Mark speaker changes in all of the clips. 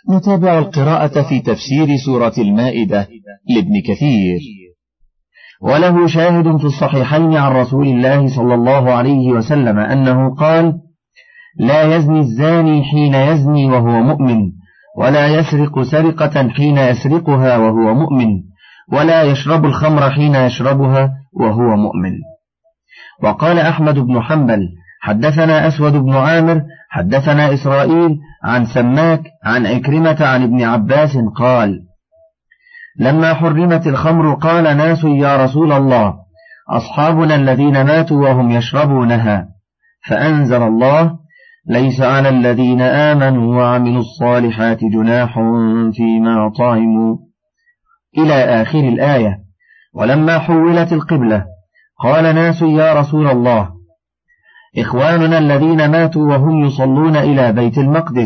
Speaker 1: نتابع القراءة في تفسير سورة المائدة لابن كثير. وله شاهد في الصحيحين عن رسول الله صلى الله عليه وسلم أنه قال: لا يزني الزاني حين يزني وهو مؤمن، ولا يسرق سرقة حين يسرقها وهو مؤمن، ولا يشرب الخمر حين يشربها وهو مؤمن. وقال أحمد بن حنبل: حدثنا أسود بن عامر حدثنا إسرائيل عن سماك عن عكرمة عن ابن عباس قال: لما حرمت الخمر قال ناس: يا رسول الله، أصحابنا الذين ماتوا وهم يشربونها، فأنزل الله: ليس على الذين آمنوا وعملوا الصالحات جناح فيما طعموا، إلى آخر الآية. ولما حولت القبلة قال ناس: يا رسول الله، إخواننا الذين ماتوا وهم يصلون إلى بيت المقدس،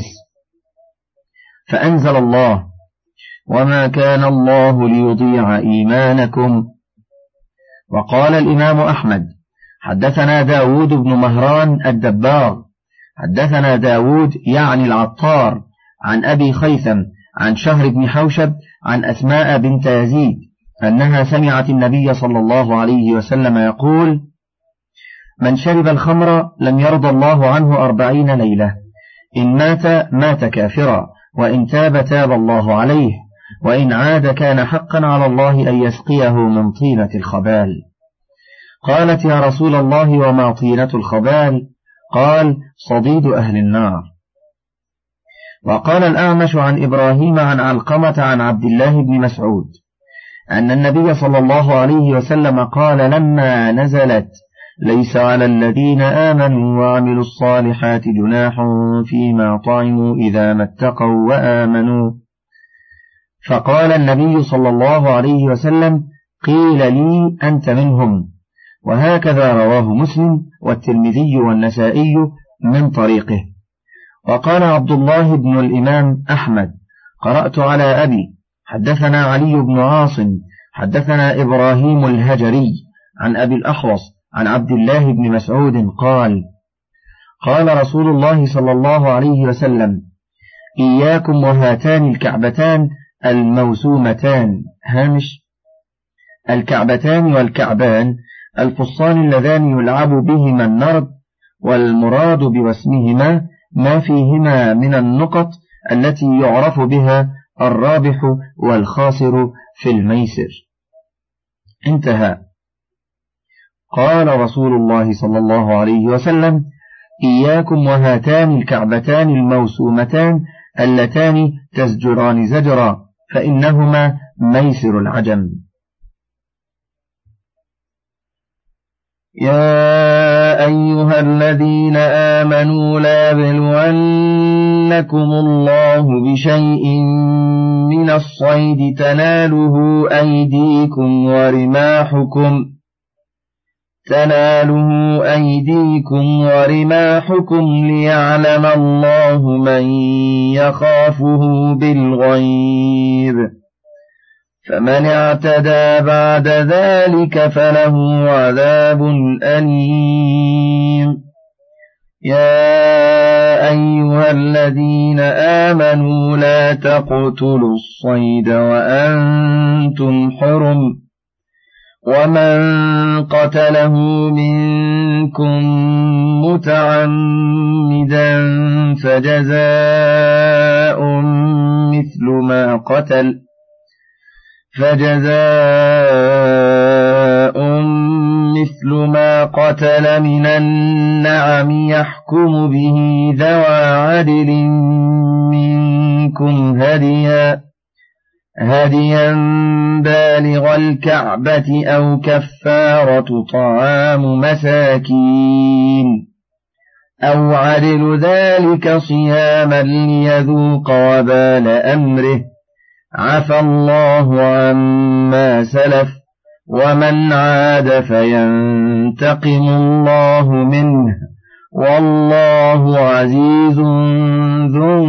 Speaker 1: فأنزل الله: وما كان الله ليضيع إيمانكم. وقال الإمام أحمد: حدثنا داود بن مهران الدبار حدثنا داود يعني العطار عن أبي خيثم عن شهر بن حوشب عن أسماء بنت يزيد أنها سمعت النبي صلى الله عليه وسلم يقول: من شرب الخمر لم يرضى الله عنه 40 ليلة، إن مات مات كافرا، وإن تاب تاب الله عليه، وإن عاد كان حقا على الله أن يسقيه من طينة الخبال. قالت: يا رسول الله، وما طينة الخبال؟ قال: صديد أهل النار. وقال الأعمش عن إبراهيم عن علقمة عن عبد الله بن مسعود أن النبي صلى الله عليه وسلم قال لما نزلت: ليس على الذين آمنوا وعملوا الصالحات جناح فيما طعموا إذا ما اتقوا وآمنوا، فقال النبي صلى الله عليه وسلم: قيل لي أنت منهم. وهكذا رواه مسلم والترمذي والنسائي من طريقه. وقال عبد الله بن الإمام أحمد: قرأت على أبي، حدثنا علي بن عاصم حدثنا إبراهيم الهجري عن أبي الأحوص عن عبد الله بن مسعود قال: قال رسول الله صلى الله عليه وسلم: إياكم وهاتان الكعبتان الموسومتان. هامش: الكعبتان والكعبان الفصان اللذان يلعب بهما النرد، والمراد بوسمهما ما فيهما من النقط التي يعرف بها الرابح والخاسر في الميسر. انتهى. قال رسول الله صلى الله عليه وسلم: إياكم وهاتان الكعبتان الموسومتان اللتان تزجران زجرا، فإنهما ميسر العجم. يا أيها الذين آمنوا لا يبلونكم الله بشيء من الصيد تناله أيديكم ورماحكم ليعلم الله من يخافه بالغيب، فمن اعتدى بعد ذلك فله عذاب أليم. يا أيها الذين آمنوا لا تقتلوا الصيد وأنتم حرم، ومن قتله منكم متعمدا فجزاء مثل ما قتل من النعم يحكم به ذوى عدل منكم هديا بالغ الكعبة أو كفارة طعام مساكين أو عدل ذلك صياما ليذوق وبال أمره، عفى الله عما سلف، ومن عاد فينتقم الله منه، والله عزيز ذو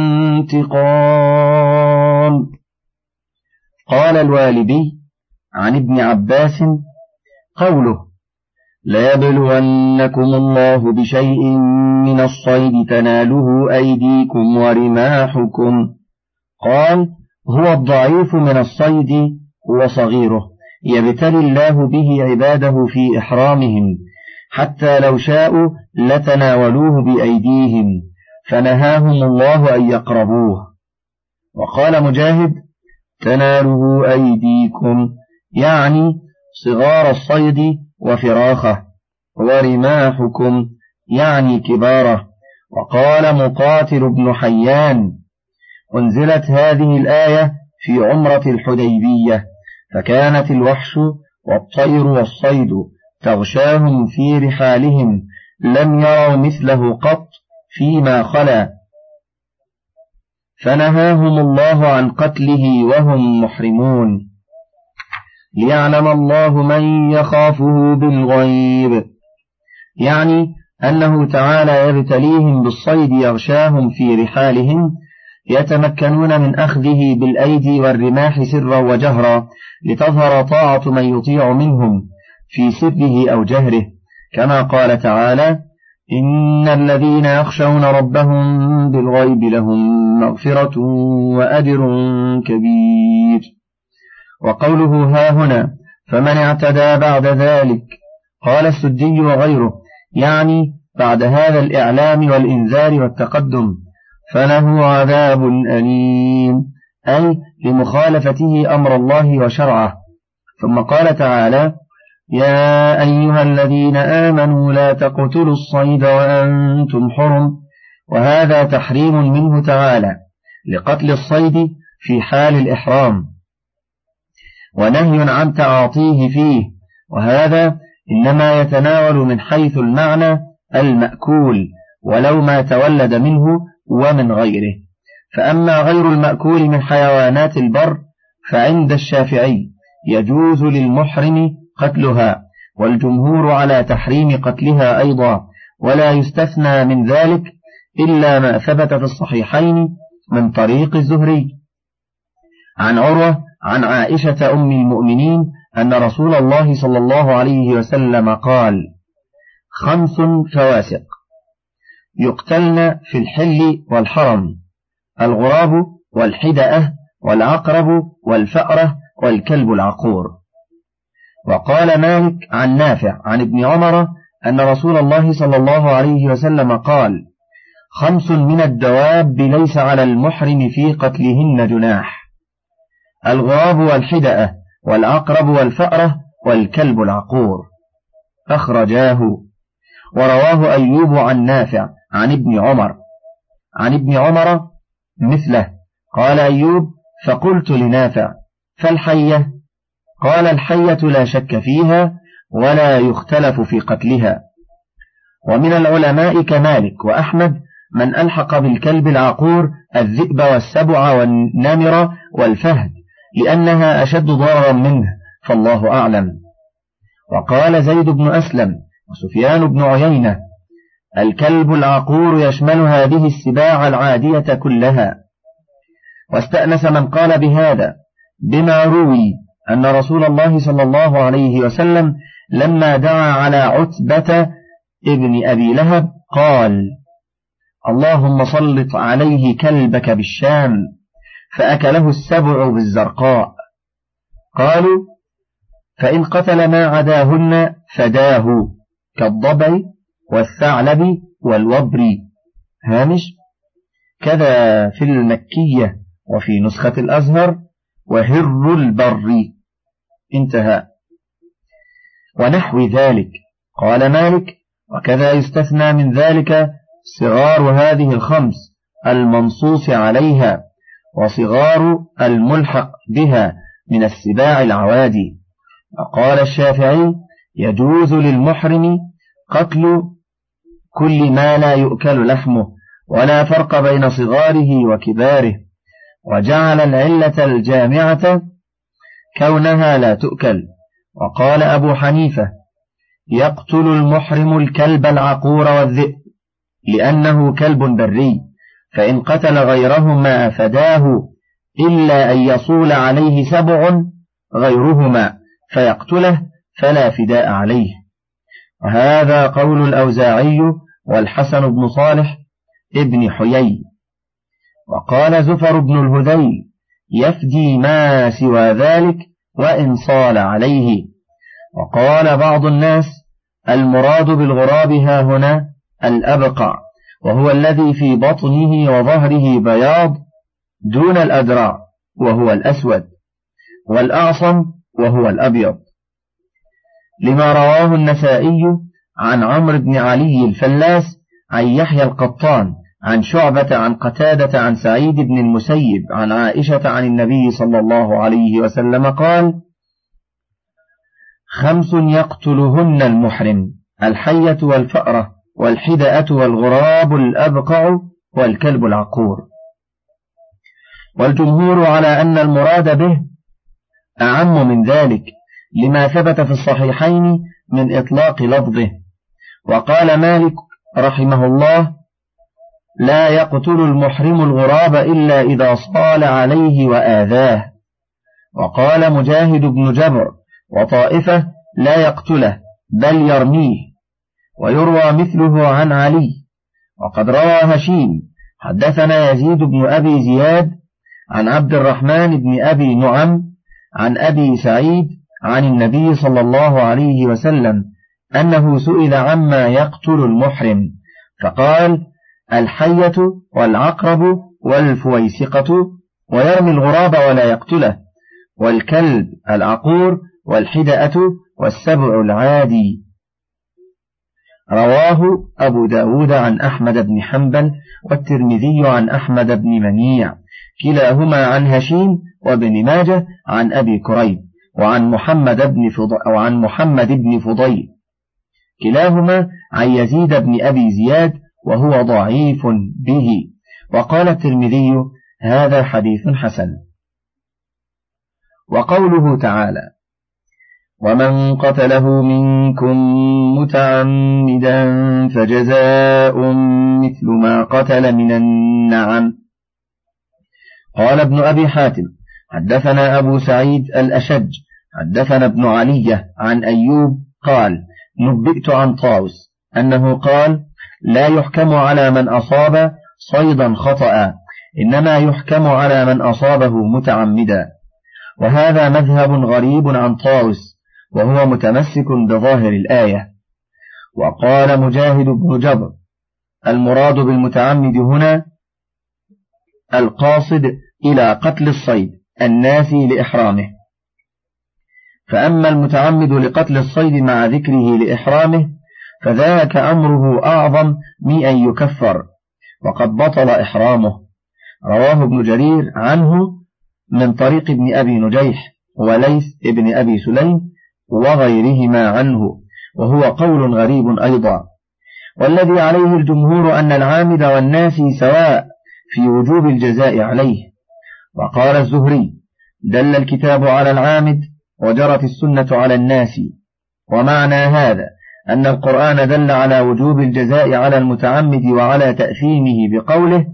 Speaker 1: انتقام. قال الوالبي عن ابن عباس: قوله ليبلونكم الله بشيء من الصيد تناله أيديكم ورماحكم، قال: هو الضعيف من الصيد وصغيره يبتلي الله به عباده في إحرامهم، حتى لو شاءوا لتناولوه بأيديهم فنهاهم الله أن يقربوه. وقال مجاهد: تناله أيديكم، يعني صغار الصيد وفراخه، ورماحكم يعني كباره. وقال مقاتل بن حيان: أنزلت هذه الآية في عمرة الحديبية، فكانت الوحش والطير والصيد تغشاهم في رحالهم، لم يروا مثله قط فيما خلا، فنهاهم الله عن قتله وهم محرمون، ليعلم الله من يخافه بالغيب، يعني أنه تعالى يبتليهم بالصيد يغشاهم في رحالهم، يتمكنون من أخذه بالأيدي والرماح سرا وجهرا، لتظهر طاعة من يطيع منهم في سره أو جهره، كما قال تعالى: إن الذين يخشون ربهم بالغيب لهم مغفرة وأجر كبير. وقوله ها هنا: فمن اعتدى بعد ذلك، قال السدي وغيره، يعني بعد هذا الإعلام والإنذار والتقدم، فله عذاب أليم، أي لمخالفته أمر الله وشرعه. ثم قال تعالى: يا أيها الذين آمنوا لا تقتلوا الصيد وأنتم حرم، وهذا تحريم منه تعالى لقتل الصيد في حال الإحرام، ونهي عن تعاطيه فيه، وهذا إنما يتناول من حيث المعنى المأكول ولو ما تولد منه ومن غيره. فأما غير المأكول من حيوانات البر فعند الشافعي يجوز للمحرم قتلها، والجمهور على تحريم قتلها أيضا، ولا يستثنى من ذلك إلا ما ثبت في الصحيحين من طريق الزهري عن عروة عن عائشة أم المؤمنين أن رسول الله صلى الله عليه وسلم قال: 5 فواسق يقتلن في الحل والحرم: الغراب والحدأة والعقرب والفأرة والكلب العقور. وقال مالك عن نافع عن ابن عمر أن رسول الله صلى الله عليه وسلم قال: 5 من الدواب ليس على المحرم في قتلهن جناح: الغراب والحدأة والعقرب والفأرة والكلب العقور. أخرجاه. ورواه أيوب عن نافع عن ابن عمر مثله. قال أيوب: فقلت لنافع: فالحية؟ قال: الحية لا شك فيها ولا يختلف في قتلها. ومن العلماء كمالك وأحمد من ألحق بالكلب العقور الذئب والسبع والنمر والفهد، لأنها أشد ضررا منه، فالله أعلم. وقال زيد بن أسلم وسفيان بن عيينة: الكلب العقور يشمل هذه السباع العادية كلها. واستأنس من قال بهذا بما روي أن رسول الله صلى الله عليه وسلم لما دعا على عتبة ابن أبي لهب قال: اللهم سلط عليه كلبك بالشام فأكله السبع بالزرقاء. قالوا: فإن قتل ما عداهن فداه، كالضبع والثعلب والوبر. هامش: كذا في المكية وفي نسخة الأزهر وهر البر. انتهى. ونحو ذلك. قال مالك: وكذا يستثنى من ذلك صغار هذه 5 المنصوص عليها، وصغار الملحق بها من السباع العوادي. وقال الشافعي: يجوز للمحرم قتل كل ما لا يؤكل لحمه، ولا فرق بين صغاره وكباره، وجعل العلة الجامعة كونها لا تؤكل. وقال أبو حنيفة: يقتل المحرم الكلب العقور والذئب لأنه كلب بري، فإن قتل غيرهما فداه، إلا أن يصول عليه 7 غيرهما فيقتله فلا فداء عليه. وهذا قول الأوزاعي والحسن بن صالح ابن حيي. وقال زفر بن الهذيل يفدي ما سوى ذلك وإن صال عليه. وقال بعض الناس المراد بالغراب ها هنا الأبقع، وهو الذي في بطنه وظهره بياض دون الأدرع وهو الأسود، والأعصم وهو الأبيض، لما رواه النسائي عن عمرو بن علي الفلاس عن يحيى القطان عن شعبة عن قتادة عن سعيد بن المسيب عن عائشة عن النبي صلى الله عليه وسلم قال: 5 يقتلهن المحرم: الحية والفأرة والحدأة والغراب الأبقع والكلب العقور. والجمهور على أن المراد به أعم من ذلك لما ثبت في الصحيحين من إطلاق لفظه. وقال مالك رحمه الله: لا يقتل المحرم الغراب إلا إذا صال عليه وآذاه. وقال مجاهد بن جبر وطائفة: لا يقتله بل يرميه. ويروى مثله عن علي. وقد روى هشيم حدثنا يزيد بن أبي زياد عن عبد الرحمن بن أبي نعم عن أبي سعيد عن النبي صلى الله عليه وسلم أنه سئل عما يقتل المحرم فقال: الحية والعقرب والفويسقة، ويرمي الغراب ولا يقتله، والكلب العقور والحدأة والسبع العادي. رواه أبو داود عن أحمد بن حنبل والترمذي عن أحمد بن منيع كلاهما عن هشيم وابن ماجه عن أبي كريب وعن محمد بن فضيل كلاهما عن يزيد بن أبي زياد وهو ضعيف به. وقال الترمذي: هذا حديث حسن. وقوله تعالى: ومن قتله منكم متعمدا فجزاء مثل ما قتل من النعم. قال ابن أبي حاتم: حدثنا أبو سعيد الأشج حدثنا ابن علية عن أيوب قال: نبئت عن طاوس أنه قال: لا يحكم على من أصاب صيدا خطأ، إنما يحكم على من أصابه متعمدا. وهذا مذهب غريب عن طاوس، وهو متمسك بظاهر الآية. وقال مجاهد بن جبر: المراد بالمتعمد هنا القاصد إلى قتل الصيد الناسي لإحرامه. فأما المتعمد لقتل الصيد مع ذكره لإحرامه فذاك أمره أعظم من أن يكفر، وقد بطل إحرامه. رواه ابن جرير عنه من طريق ابن أبي نجيح وليث ابن أبي سليم وغيرهما عنه، وهو قول غريب أيضا. والذي عليه الجمهور أن العامد والناسي سواء في وجوب الجزاء عليه. وقال الزهري: دل الكتاب على العامد وجرت السنة على الناسي. ومعنى هذا أن القرآن دل على وجوب الجزاء على المتعمد وعلى تأثيمه بقوله: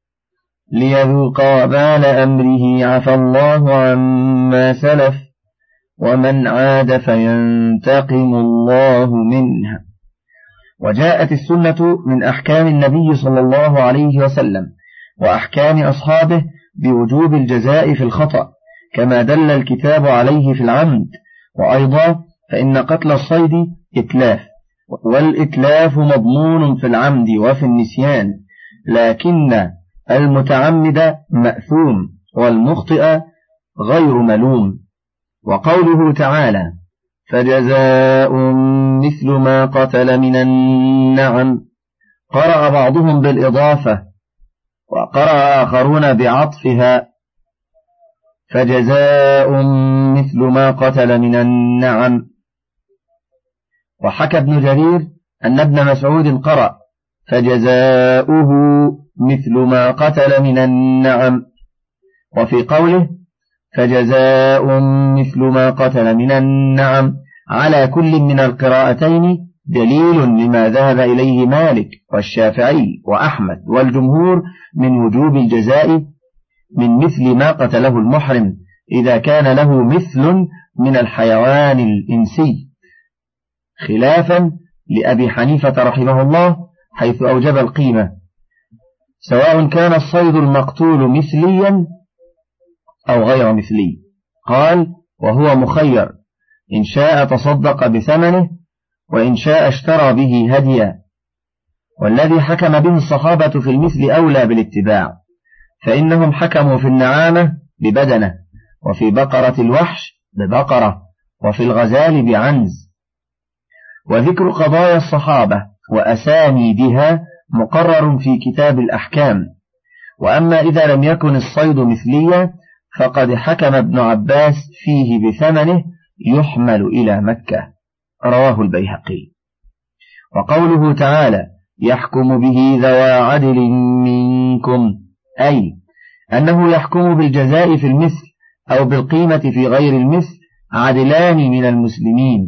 Speaker 1: ليذوق وبال أمره عفى الله عما سلف ومن عاد فينتقم الله منه. وجاءت السنة من أحكام النبي صلى الله عليه وسلم وأحكام أصحابه بوجوب الجزاء في الخطأ كما دل الكتاب عليه في العمد. وأيضا فإن قتل الصيد إتلاف، والإتلاف مضمون في العمد وفي النسيان، لكن المتعمد مأثوم والمخطئ غير ملوم. وقوله تعالى: فجزاء مثل ما قتل من النعم، قرأ بعضهم بالإضافة وقرأ آخرون بعطفها، فجزاء مثل ما قتل من النعم. وحكى ابن جرير أن ابن مسعود قرأ: فجزاؤه مثل ما قتل من النعم. وفي قوله: فجزاء مثل ما قتل من النعم على كل من القراءتين دليل لما ذهب إليه مالك والشافعي وأحمد والجمهور من وجوب الجزاء من مثل ما قتله المحرم إذا كان له مثل من الحيوان الإنسي، خلافا لأبي حنيفة رحمه الله حيث أوجب القيمة، سواء كان الصيد المقتول مثليا أو غير مثلي. قال: وهو مخير، إن شاء تصدق بثمنه وإن شاء اشترى به هديا. والذي حكم به الصحابة في المثل أولى بالاتباع، فإنهم حكموا في النعامة ببدنة، وفي بقرة الوحش ببقرة، وفي الغزال بعنز. وذكر قضايا الصحابة وأسانيدها مقرر في كتاب الأحكام. وأما إذا لم يكن الصيد مثليا فقد حكم ابن عباس فيه بثمنه يحمل إلى مكة. رواه البيهقي. وقوله تعالى: يحكم به ذوى عدل منكم، أي أنه يحكم بالجزاء في المثل أو بالقيمة في غير المثل عدلان من المسلمين.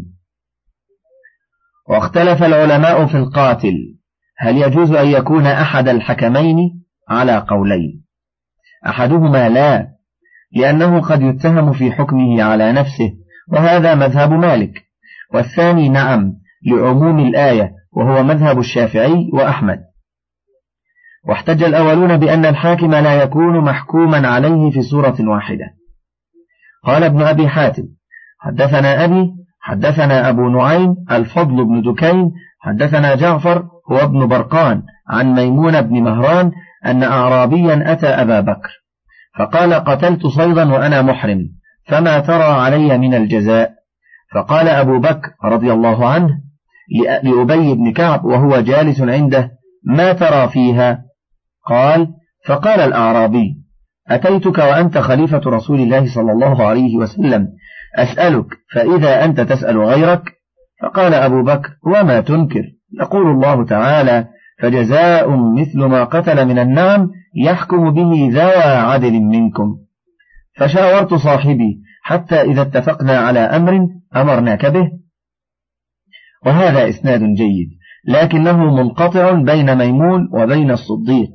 Speaker 1: واختلف العلماء في القاتل، هل يجوز أن يكون أحد الحكمين؟ على قولين: أحدهما لا، لأنه قد يتهم في حكمه على نفسه، وهذا مذهب مالك. والثاني نعم، لعموم الآية، وهو مذهب الشافعي وأحمد. واحتج الأولون بأن الحاكم لا يكون محكوما عليه في سورة واحدة. قال ابن أبي حاتم: حدثنا أبي حدثنا أبو نعيم الفضل بن دكين حدثنا جعفر هو ابن برقان عن ميمون بن مهران أن أعرابيا أتى أبا بكر فقال: قتلت صيدا وأنا محرم، فما ترى علي من الجزاء؟ فقال أبو بكر رضي الله عنه لأبي بن كعب وهو جالس عنده: ما ترى فيها؟ قال: فقال الأعرابي: أتيتك وأنت خليفة رسول الله صلى الله عليه وسلم أسألك، فإذا أنت تسأل غيرك؟ فقال أبو بكر: وما تنكر؟ يقول الله تعالى: فجزاء مثل ما قتل من النعم يحكم به ذوى عدل منكم. فشاورت صاحبي حتى إذا اتفقنا على أمر أمرناك به. وهذا إسناد جيد، لكنه منقطع بين ميمون وبين الصديق،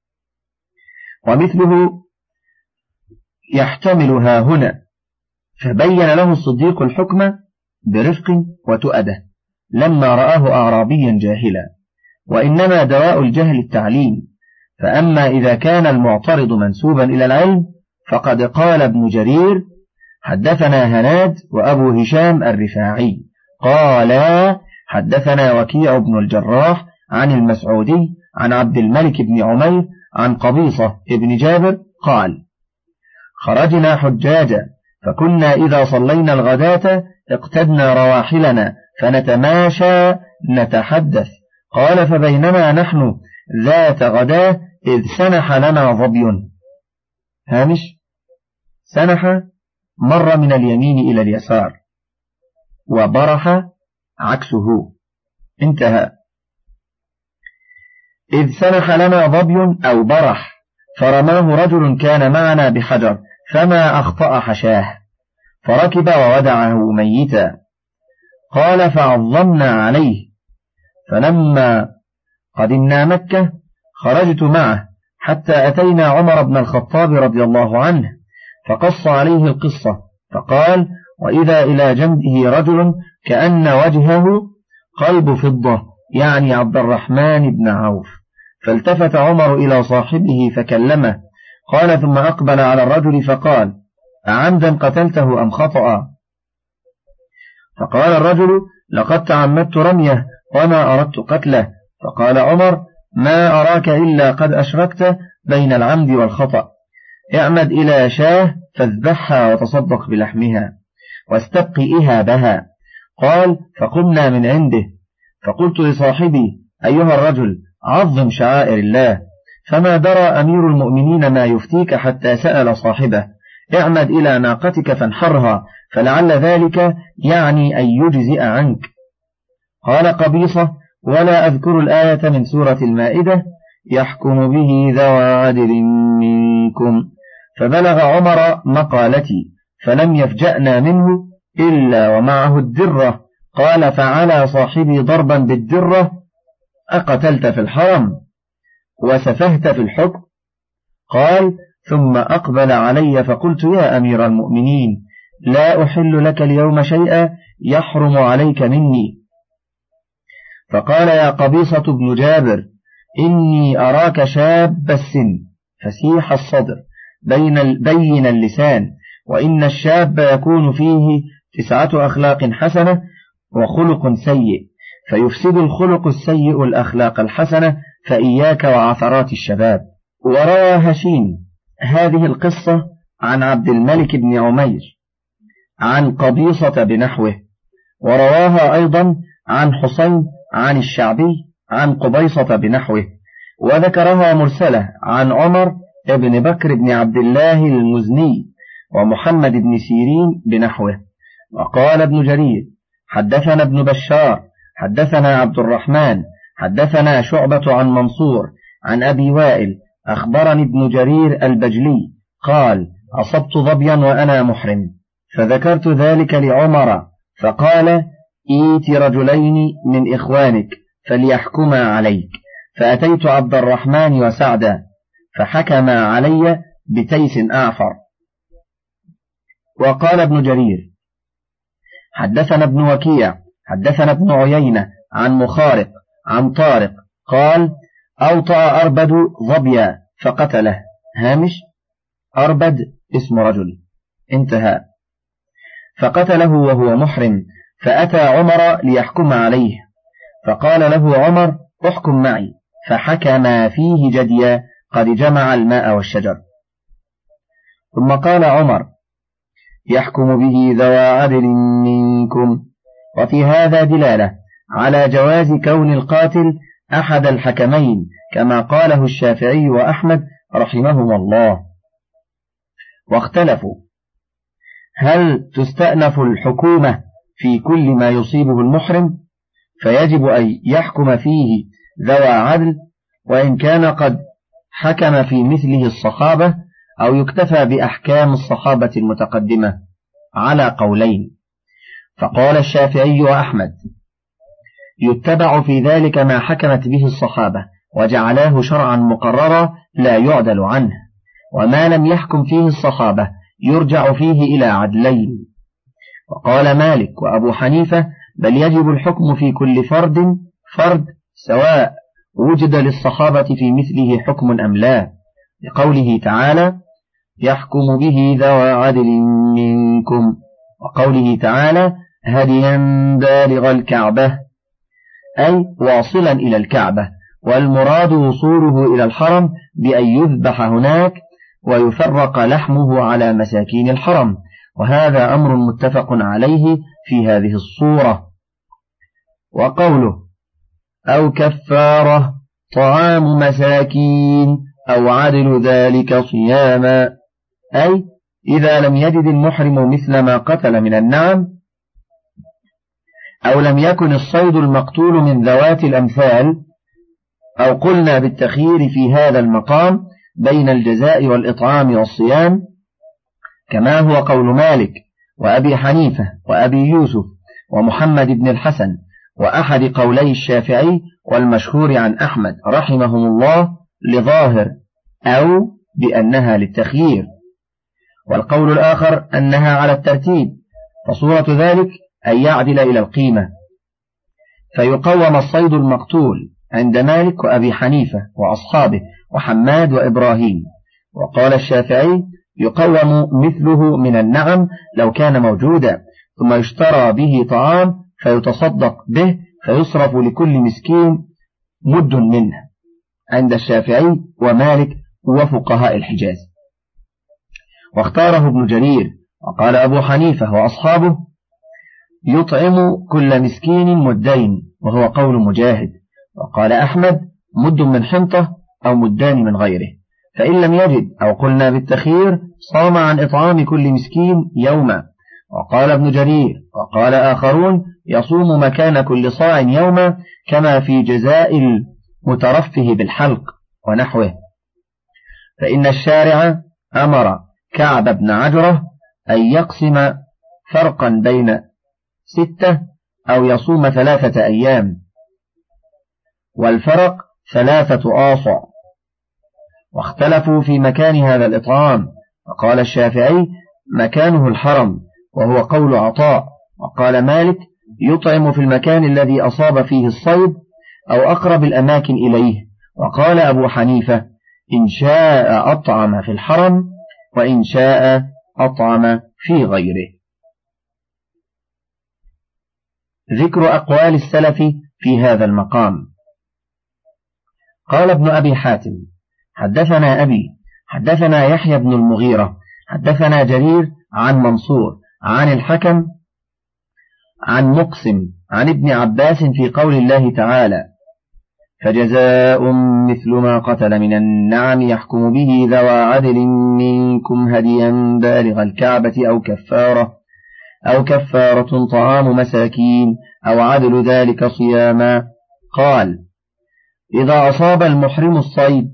Speaker 1: ومثله يحتملها هنا. فبين له الصديق الحكم برفق وتؤده لما رآه أعرابيا جاهلا، وإنما دواء الجهل التعليم. فأما إذا كان المعترض منسوبا إلى العلم فقد قال ابن جرير: حدثنا هناد وأبو هشام الرفاعي قالا حدثنا وكيع بن الجراح عن المسعودي عن عبد الملك بن عمير عن قبيصة ابن جابر قال: خرجنا حجاجا فكنا إذا صلينا الغداة اقتدنا رواحلنا فنتماشى نتحدث. قال: فبينما نحن ذات غداة إذ سنح لنا ظبي. هامش: سنح مر من اليمين إلى اليسار، وبرح عكسه. انتهى. إذ سنح لنا ظبي أو برح، فرماه رجل كان معنا بحجر فما أخطأ حشاه، فركب وودعه ميتا. قال: فعظمنا عليه، فلما قدمنا مكة خرجت معه حتى أتينا عمر بن الخطاب رضي الله عنه، فقص عليه القصة، فقال: وإذا إلى جنبه رجل كأن وجهه قلب فضة، يعني عبد الرحمن بن عوف. فالتفت عمر إلى صاحبه فكلمه، قال: ثم أقبل على الرجل فقال: أعمدا قتلته أم خطأ؟ فقال الرجل: لقد تعمدت رميه وما أردت قتله. فقال عمر: ما أراك إلا قد أشركت بين العمد والخطأ، اعمد إلى شاه فاذبحها وتصدق بلحمها واستبقي إهابها. قال: فقمنا من عنده، فقلت لصاحبي: أيها الرجل، عظم شعائر الله. فما درى أمير المؤمنين ما يفتيك حتى سأل صاحبه: اعمد إلى ناقتك فانحرها، فلعل ذلك يعني أن يجزئ عنك. قال قبيصة: ولا أذكر الآية من سورة المائدة: يحكم به ذوى عدل منكم. فبلغ عمر مقالتي فلم يفجأنا منه إلا ومعه الدرة. قال: فعلى صاحبي ضربا بالدرة: أقتلت في الحرم وسفهت في الحكم؟ قال: ثم أقبل علي فقلت: يا أمير المؤمنين، لا أحل لك اليوم شيئا يحرم عليك مني. فقال: يا قبيصة بن جابر، إني أراك شاب السن فسيح الصدر بين اللسان، وإن الشاب يكون فيه 9 أخلاق حسنة وخلق سيء، فيفسد الخلق السيء الأخلاق الحسنة، فإياك وعثرات الشباب. وروى هشيم هذه القصة عن عبد الملك بن عمير عن قبيصة بنحوه، ورواها أيضا عن حسين عن الشعبي عن قبيصة بنحوه، وذكرها مرسلة عن عمر ابن بكر بن عبد الله المزني ومحمد بن سيرين بنحوه. وقال ابن جرير حدثنا ابن بشار حدثنا عبد الرحمن حدثنا شعبة عن منصور عن أبي وائل أخبرني ابن جرير البجلي قال أصبت ظبيا وأنا محرم، فذكرت ذلك لعمر فقال إيت رجلين من إخوانك فليحكما عليك، فأتيت عبد الرحمن وسعدا فحكما علي بتيس أعفر. وقال ابن جرير حدثنا ابن وكيع حدثنا ابن عيينة عن مخارق عن طارق قال أوطأ أربد ظبيا فقتله. هامش أربد اسم رجل، انتهى. فقتله وهو محرم، فأتى عمر ليحكم عليه، فقال له عمر احكم معي، فحكم فيه جديا قد جمع الماء والشجر. ثم قال عمر يحكم به ذوى عدل منكم. وفي هذا دلالة على جواز كون القاتل أحد الحكمين كما قاله الشافعي وأحمد رحمهما الله. واختلفوا هل تستأنف الحكومة في كل ما يصيبه المحرم، فيجب أن يحكم فيه ذوى عدل وإن كان قد حكم في مثله الصحابة، أو يكتفى بأحكام الصحابة المتقدمة، على قولين. فقال الشافعي وأحمد يتبع في ذلك ما حكمت به الصحابة وجعلاه شرعا مقررا لا يعدل عنه، وما لم يحكم فيه الصحابة يرجع فيه إلى عدلين. وقال مالك وأبو حنيفة بل يجب الحكم في كل فرد سواء وجد للصحابة في مثله حكم أم لا، لقوله تعالى يحكم به ذوى عدل منكم، وقوله تعالى هديا بالغ الكعبة أي واصلا إلى الكعبة، والمراد وصوله إلى الحرم بأن يذبح هناك ويفرق لحمه على مساكين الحرم، وهذا أمر متفق عليه في هذه الصورة. وقوله أو كفارة طعام مساكين أو عدل ذلك صياما، أي إذا لم يجد المحرم مثل ما قتل من النعم، أو لم يكن الصيد المقتول من ذوات الأمثال، أو قلنا بالتخيير في هذا المقام بين الجزاء والإطعام والصيام، كما هو قول مالك وأبي حنيفة وأبي يوسف ومحمد بن الحسن وأحد قولي الشافعي والمشهور عن أحمد رحمهم الله لظاهر أو بأنها للتخيير، والقول الآخر أنها على الترتيب، فصورة ذلك أن يعدل إلى القيمة، فيقوم الصيد المقتول عند مالك وأبي حنيفة وأصحابه وحماد وإبراهيم. وقال الشافعي يقوم مثله من النعم لو كان موجودا، ثم يشترى به طعام فيتصدق به فيصرف لكل مسكين مد منه، عند الشافعي ومالك وفقهاء الحجاز. واختاره ابن جرير، وقال أبو حنيفة وأصحابه يطعم كل مسكين مدين، وهو قول مجاهد. وقال أحمد مد من حنطة أو مدان من غيره، فإن لم يجد أو قلنا بالتخيير صام عن إطعام كل مسكين يوما. وقال ابن جرير وقال آخرون يصوم مكان كل صاع يوما، كما في جزاء المترفه بالحلق ونحوه. فإن الشارع أمر كعب بن عجرة أن يقسم فرقا بين 6 أو يصوم 3 أيام، والفرق 3 آصع. واختلفوا في مكان هذا الإطعام، وقال الشافعي مكانه الحرم، وهو قول عطاء. وقال مالك يطعم في المكان الذي أصاب فيه الصيد أو أقرب الأماكن إليه، وقال أبو حنيفة إن شاء أطعم في الحرم وإن شاء أطعم في غيره. ذكر أقوال السلف في هذا المقام. قال ابن أبي حاتم حدثنا أبي حدثنا يحيى بن المغيرة حدثنا جرير عن منصور عن الحكم عن مقسم عن ابن عباس في قول الله تعالى فجزاء مثل ما قتل من النعم يحكم به ذوى عدل منكم هديا بالغ الكعبة أو كفارة طعام مساكين أو عدل ذلك صياما. قال إذا أصاب المحرم الصيد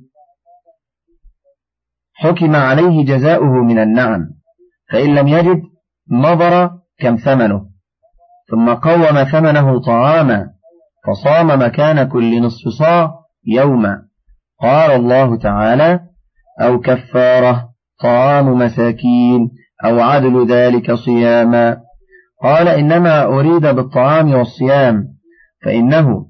Speaker 1: حكم عليه جزاؤه من النعم، فإن لم يجد نظر كم ثمنه ثم قوم ثمنه طعاما فصام مكان كل نصف صاع يوما. قال الله تعالى أو كفارة طعام مساكين أو عدل ذلك صياما. قال إنما أريد بالطعام والصيام، فإنه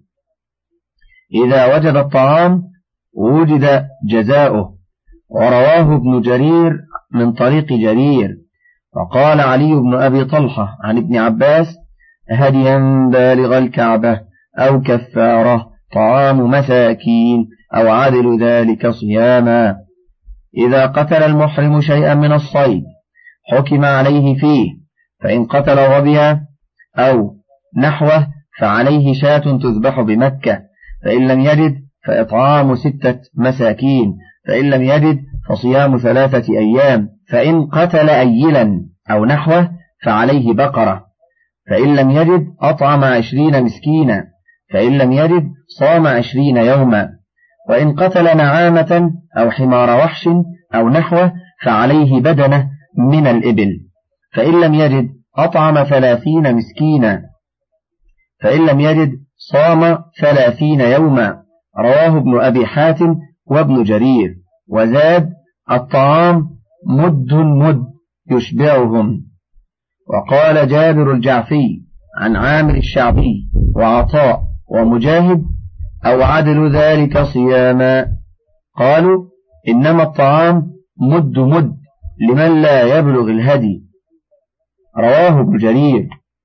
Speaker 1: إذا وجد الطعام وجد جزاؤه. ورواه ابن جرير من طريق جرير. وقال علي بن أبي طلحة عن ابن عباس هديا بالغ الكعبة أو كفارة طعام مساكين أو عدل ذلك صياما. إذا قتل المحرم شيئا من الصيد حكم عليه فيه، فإن قتل ظبيا أو نحوه فعليه شاة تذبح بمكة، فإن لم يجد فإطعام 6 مساكين، فإن لم يجد فصيام 3 أيام، فإن قتل أيلا أو نحوه فعليه بقرة، فإن لم يجد أطعم 20 مسكينا، فإن لم يجد صام 20 يوما، وإن قتل نعامة أو حمار وحش أو نحوه فعليه بدنة من الإبل، فإن لم يجد أطعم 30 مسكينا، فإن لم يجد صام 30 يوما. رواه ابن أبي حاتم وابن جرير. وزاد الطعام مد يشبعهم. وقال جابر الجعفي عن عامر الشعبي وعطاء ومجاهد أو عدل ذلك صياما. قالوا إنما الطعام مد لمن لا يبلغ الهدي. رواه ابن جرير.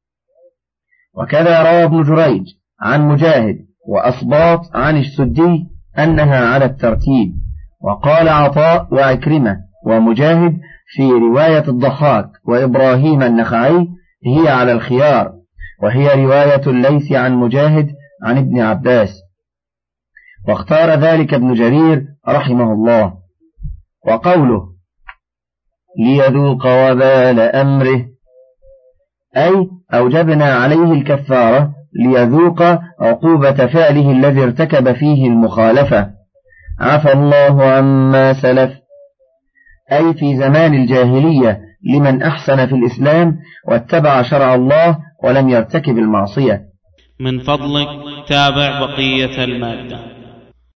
Speaker 1: وكذا روى ابن جريج عن مجاهد وأصباط عن السدي أنها على الترتيب. وقال عطاء وعكرمة ومجاهد في رواية الضحاك وإبراهيم النخعي هي على الخيار، وهي رواية الليث عن مجاهد عن ابن عباس، واختار ذلك ابن جرير رحمه الله. وقوله ليذوق وبال أمره أي أوجبنا عليه الكفارة ليذوق عقوبة فعله الذي ارتكب فيه المخالفة. عفى الله عما سلف أي في زمان الجاهلية لمن أحسن في الإسلام واتبع شرع الله ولم يرتكب المعصية.
Speaker 2: من فضلك تابع بقية المادة.